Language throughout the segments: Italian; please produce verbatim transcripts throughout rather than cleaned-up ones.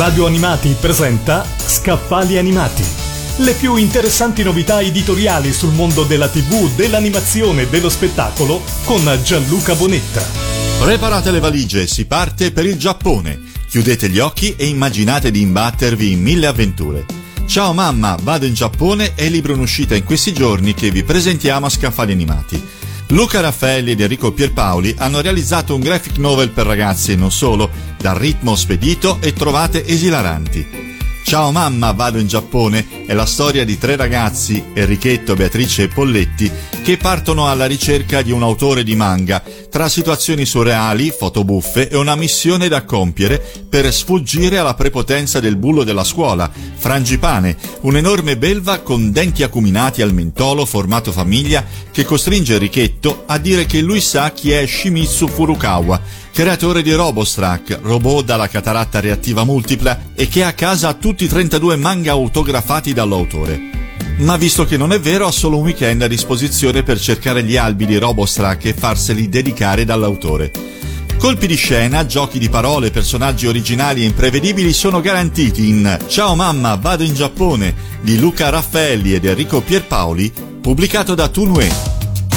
Radio Animati presenta Scaffali Animati. Le più interessanti novità editoriali sul mondo della tivù, dell'animazione e dello spettacolo con Gianluca Bonetta. Preparate le valigie, si parte per il Giappone. Chiudete gli occhi e immaginate di imbattervi in mille avventure. Ciao mamma, vado in Giappone è il libro in uscita in questi giorni che vi presentiamo a Scaffali Animati. Luca Raffaelli ed Enrico Pierpaoli hanno realizzato un graphic novel per ragazzi e non solo, dal ritmo spedito e trovate esilaranti. Ciao mamma, vado in Giappone è la storia di tre ragazzi, Enrichetto, Beatrice e Polletti, che partono alla ricerca di un autore di manga, tra situazioni surreali, fotobuffe e una missione da compiere per sfuggire alla prepotenza del bullo della scuola, Frangipane, un'enorme belva con denti acuminati al mentolo formato famiglia che costringe Enrichetto a dire che lui sa chi è Shimizu Furukawa, creatore di Robostruck, robot dalla cataratta reattiva multipla e che ha a casa tutti i trentadue manga autografati dall'autore. Ma visto che non è vero, ha solo un weekend a disposizione per cercare gli albi di Robostruck e farseli dedicare dall'autore. Colpi di scena, giochi di parole, personaggi originali e imprevedibili sono garantiti in Ciao mamma, vado in Giappone di Luca Raffaelli ed Enrico Pierpaoli, pubblicato da Toonue.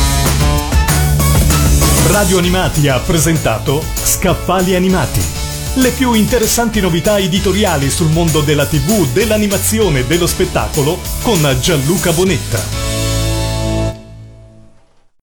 Radio Animati ha presentato Scaffali Animati. Le più interessanti novità editoriali sul mondo della tivù, dell'animazione e dello spettacolo con Gianluca Bonetta.